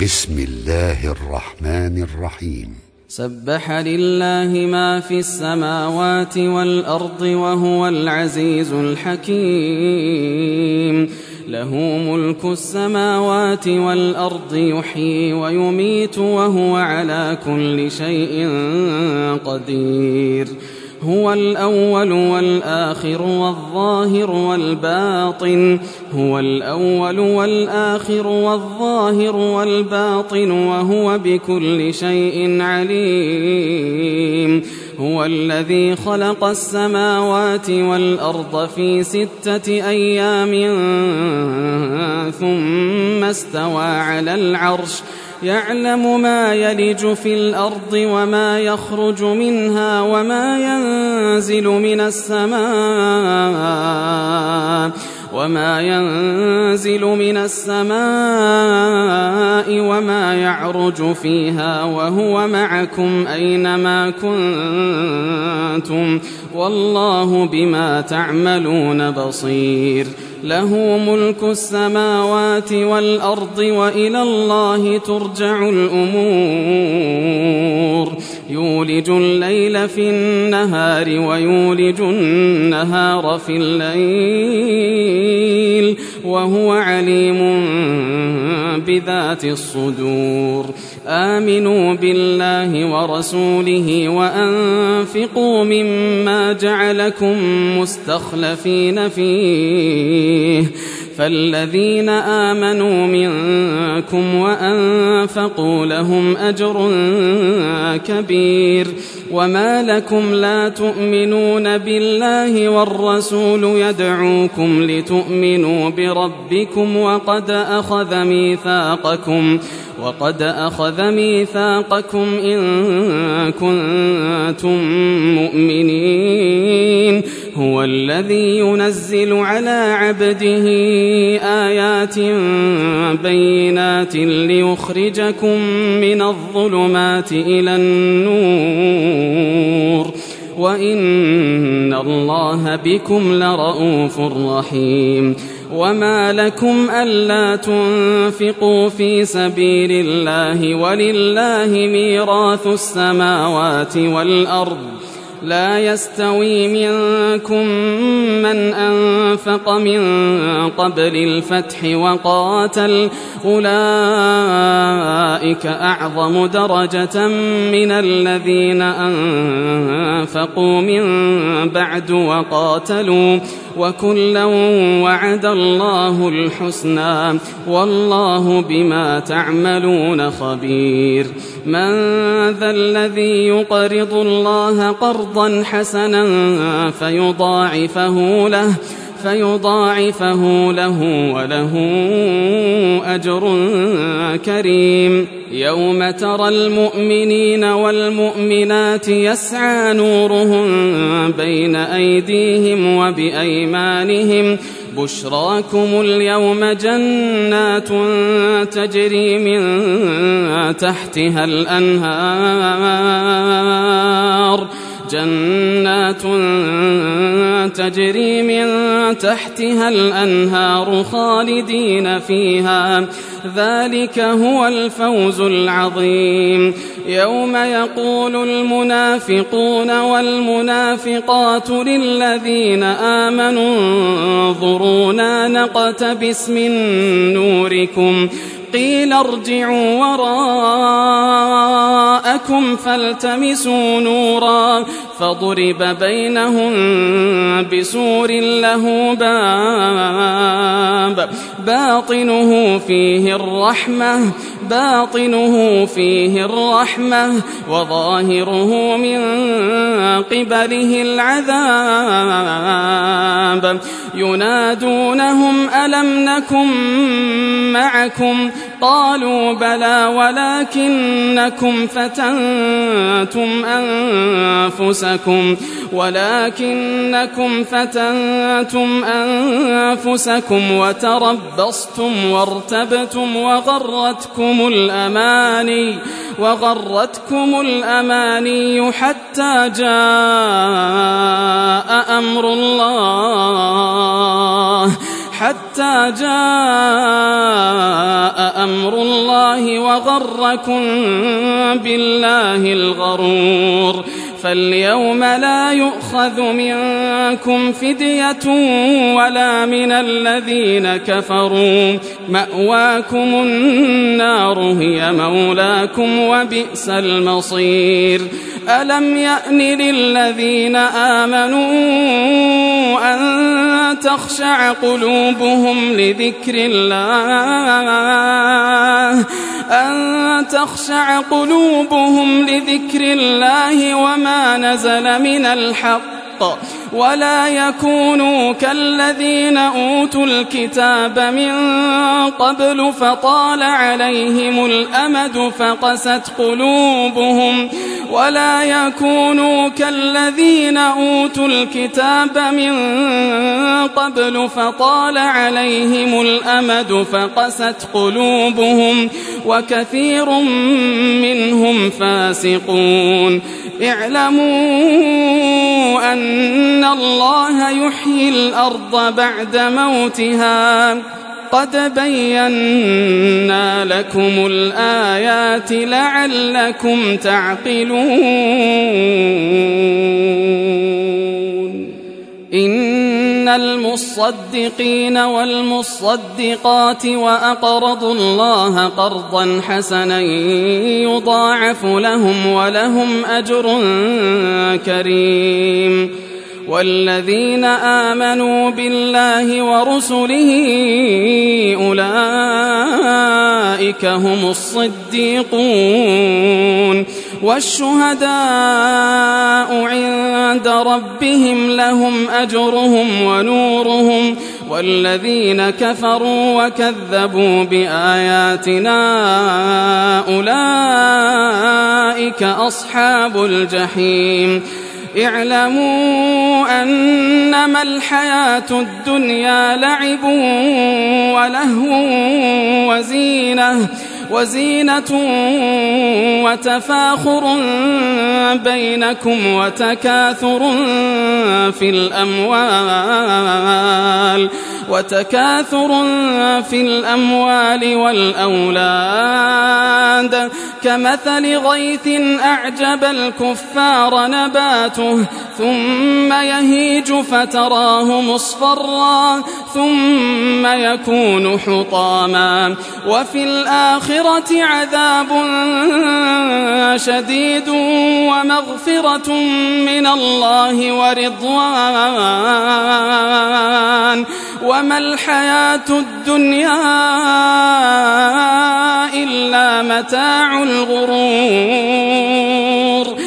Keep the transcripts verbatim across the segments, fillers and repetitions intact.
بسم الله الرحمن الرحيم. سبح لله ما في السماوات والأرض وهو العزيز الحكيم. له ملك السماوات والأرض يحيي ويميت وهو على كل شيء قدير. هو الأول والآخر والظاهر والباطن هو الأول والآخر والظاهر والباطن وهو بكل شيء عليم. هو الذي خلق السماوات والأرض في ستة أيام ثم استوى على العرش يعلم ما يلج في الأرض وما يخرج منها وما ينزل من السماء وما ينزل من السماء وما يعرج فيها وهو معكم أينما كنتم والله بما تعملون بصير. له ملك السماوات والأرض وإلى الله ترجع الأمور. يولج الليل في النهار ويولج النهار في الليل وهو عليم بذات الصدور. آمنوا بالله ورسوله وأنفقوا مما جعلكم مستخلفين فيه فالذين آمنوا منكم وأنفقوا لهم أجر كبير. وما لكم لا تؤمنون بالله والرسول يدعوكم لتؤمنوا بربكم وقد أخذ ميثاقكم وقد أخذ ميثاقكم إن كنتم مؤمنين. هو الذي ينزل على عبده آيات بينات ليخرجكم من الظلمات إلى النور وإن الله بكم لرؤوف رحيم. وما لكم ألا تنفقوا في سبيل الله ولله ميراث السماوات والأرض لا يستوي منكم من أنفق من قبل الفتح وقاتل أولئك أعظم درجة من الذين أنفقوا من بعد وقاتلوا وكلا وعد الله الحسنى والله بما تعملون خبير. من ذا الذي يقرض الله قرضا حسنا فيضاعفه له فيضاعفه له وله أجر كريم. يوم ترى المؤمنين والمؤمنات يسعى نورهم بين أيديهم وبأيمانهم بشراكم اليوم جنات تجري من تحتها الأنهار جنات تجري من تحتها الأنهار خالدين فيها ذلك هو الفوز العظيم. يوم يقول المنافقون والمنافقات للذين آمنوا انظرونا نقتبس من نوركم قيل ارجعوا وراءكم فالتمسوا نورا فضرب بينهم بسور له باب باطنه فيه الرحمة باطنه فيه الرحمة وظاهره من قبله العذاب. ينادونهم ألم نكن معكم قالوا بلى ولكنكم فتنتم أنفسكم ولكنكم فتنتم أنفسكم وتربصتم وارتبتم وغرتكم الأماني وغرتكم الأماني حتى جاء أمر الله حتى جاء أمر الله وغركم بالله الغرور فاليوم لا يؤخذ منكم فدية ولا من الذين كفروا مأواكم النار هي مولاكم وبئس المصير ألم يأن للذين آمنوا أن تخشع قلوبهم لذكر الله أن تخشع قلوبهم لذكر الله وما نزل من الحق ولا يكونوا كالذين أوتوا الكتاب من قبل فطال عليهم الأمد فقست قلوبهم ولا يكونوا كالذين أوتوا الكتاب من قبل فطال عليهم الأمد فقست قلوبهم وكثير منهم فاسقون اعلموا أن الله يحيي الأرض بعد موتها قد بينا لكم الآيات لعلكم تعقلون إن المصدقين والمصدقات وأقرضوا الله قرضا حسنا يضاعف لهم ولهم أجر كريم والذين آمنوا بالله ورسله أولئك هم الصديقون والشهداء عند ربهم لهم أجرهم ونورهم والذين كفروا وكذبوا بآياتنا أولئك أصحاب الجحيم اعلموا أنما الحياة الدنيا لعب ولهو وزينة وزينة وتفاخر بينكم وتكاثر في الأموال وتكاثر في الأموال والأولاد كمثل غيث أعجب الكفار نباته ثم يهيج فتراه مصفرا ثم يكون حطاما وفي الآخرة عذاب شديد ومغفرة من الله ورضوان وما الحياة الدنيا إلا متاع الغرور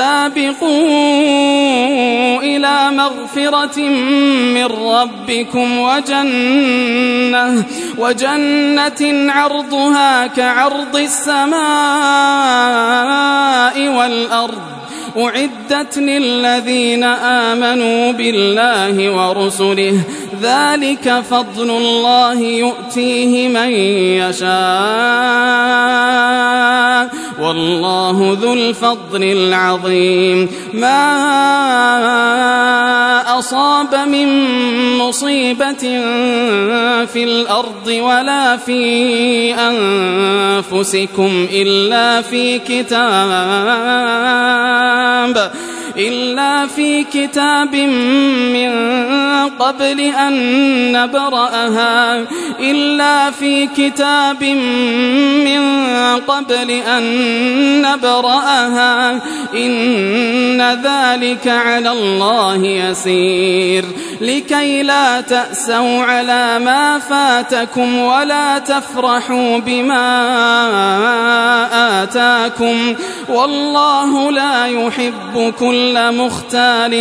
سابقوا إلى مغفرة من ربكم وجنة وجنة عرضها كعرض السماء والأرض أعدت للذين آمنوا بالله ورسله ذلك فضل الله يؤتيه من يشاء والله ذو الفضل العظيم ما أصاب من مصيبة في الأرض ولا في أنفسكم إلا في كتاب إلا في كتاب من قبل أن نبرأها إلا في كتاب من قبل أن نبرأها إن ذلك على الله يسير لكي لا تأسوا على ما فاتكم ولا تفرحوا بما آتاكم والله لا يحب كل مختال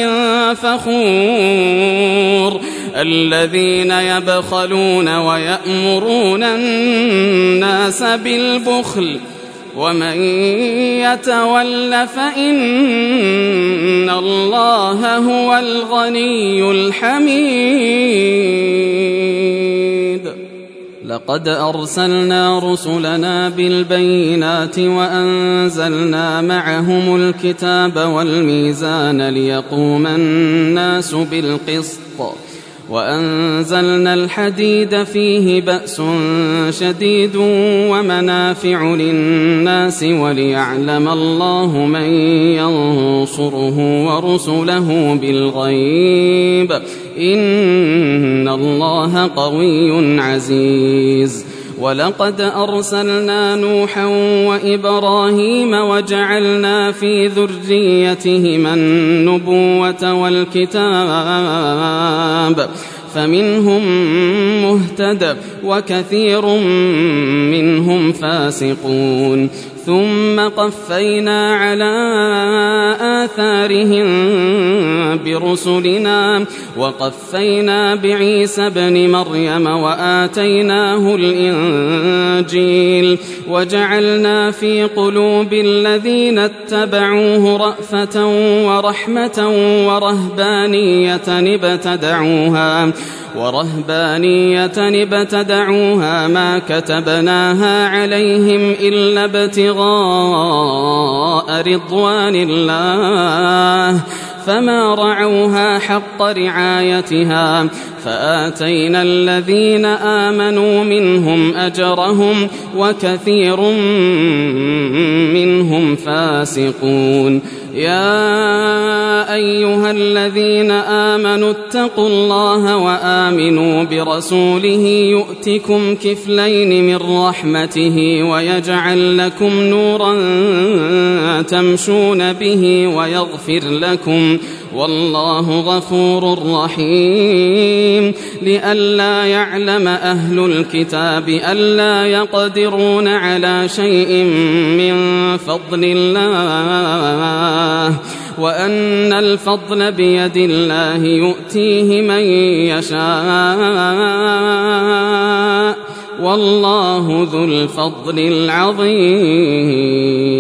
فخور الذين يبخلون ويأمرون الناس بالبخل ومن يتول فإن الله هو الغني الحميد لقد أرسلنا رسلنا بالبينات وأنزلنا معهم الكتاب والميزان ليقوم الناس بالقسط وأنزلنا الحديد فيه بأس شديد ومنافع للناس وليعلم الله من ينصره ورسله بالغيب إن الله قوي عزيز ولقد أرسلنا نوحا وإبراهيم وجعلنا في ذريتهما النبوة والكتاب فمنهم مهتد وكثير منهم فاسقون ثم قفينا على آثارهم برسلنا وقفينا بعيسى ابن مريم وآتيناه الإنجيل وجعلنا في قلوب الذين اتبعوه رأفة ورحمة ورهبانية ابتدعوها ورهبانية ابتدعوها ما كتبناها عليهم إلا ابتغاء رضوان الله فما رعوها حق رعايتها فآتينا الذين آمنوا منهم أجرهم وكثير منهم فاسقون يا أيها الذين آمنوا اتقوا الله وآمنوا برسوله يؤتكم كفلين من رحمته ويجعل لكم نورا تمشون به ويغفر لكم والله غفور رحيم لئلا يعلم أهل الكتاب ألا يقدرون على شيء من فضل الله وأن الفضل بيد الله يؤتيه من يشاء والله ذو الفضل العظيم.